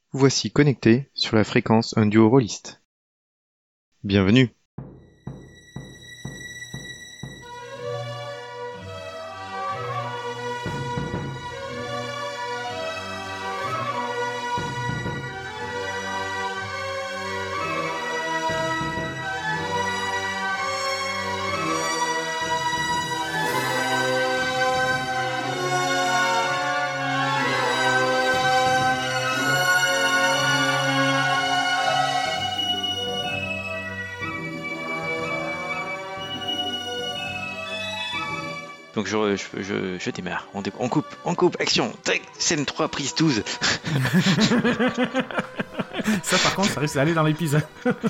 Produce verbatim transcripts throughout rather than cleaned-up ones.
Voici connecté sur la fréquence un duo rôliste. Bienvenue. Donc je, je, je, je démarre, on, dé- on coupe, on coupe, action, tac, scène trois, prise douze. Ça par contre, ça risque d'aller dans l'épisode.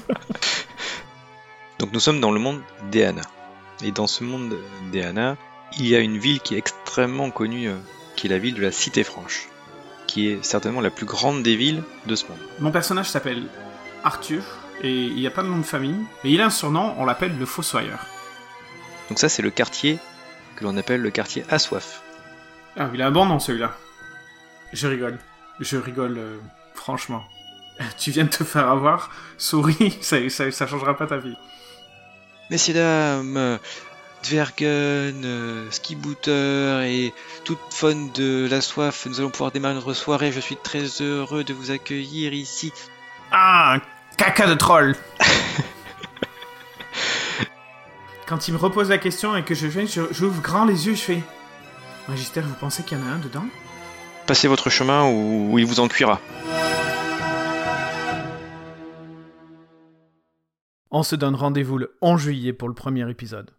Donc nous sommes dans le monde d'Eana. Et dans ce monde d'Eana, il y a une ville qui est extrêmement connue, euh, qui est la ville de la Cité Franche, qui est certainement la plus grande des villes de ce monde. Mon personnage s'appelle Arthur, et il n'y a pas de nom de famille, et il a un surnom, on l'appelle le Fossoyeur. Donc ça c'est le quartier que l'on appelle le quartier à soif. Ah, il a un bon nom celui-là. Je rigole. Je rigole, euh, franchement. Tu viens de te faire avoir, souris, ça, ça, ça changera pas ta vie. Messieurs, dames, euh, Dvergen, euh, Skibooter et toute faune de la soif, nous allons pouvoir démarrer notre soirée. Je suis très heureux de vous accueillir ici. Ah, un caca de troll. Quand il me repose la question et que je fais, je- j'ouvre grand les yeux, je fais... Magister, vous pensez qu'il y en a un dedans ? Passez votre chemin ou, ou il vous en cuira. On se donne rendez-vous le onze juillet pour le premier épisode.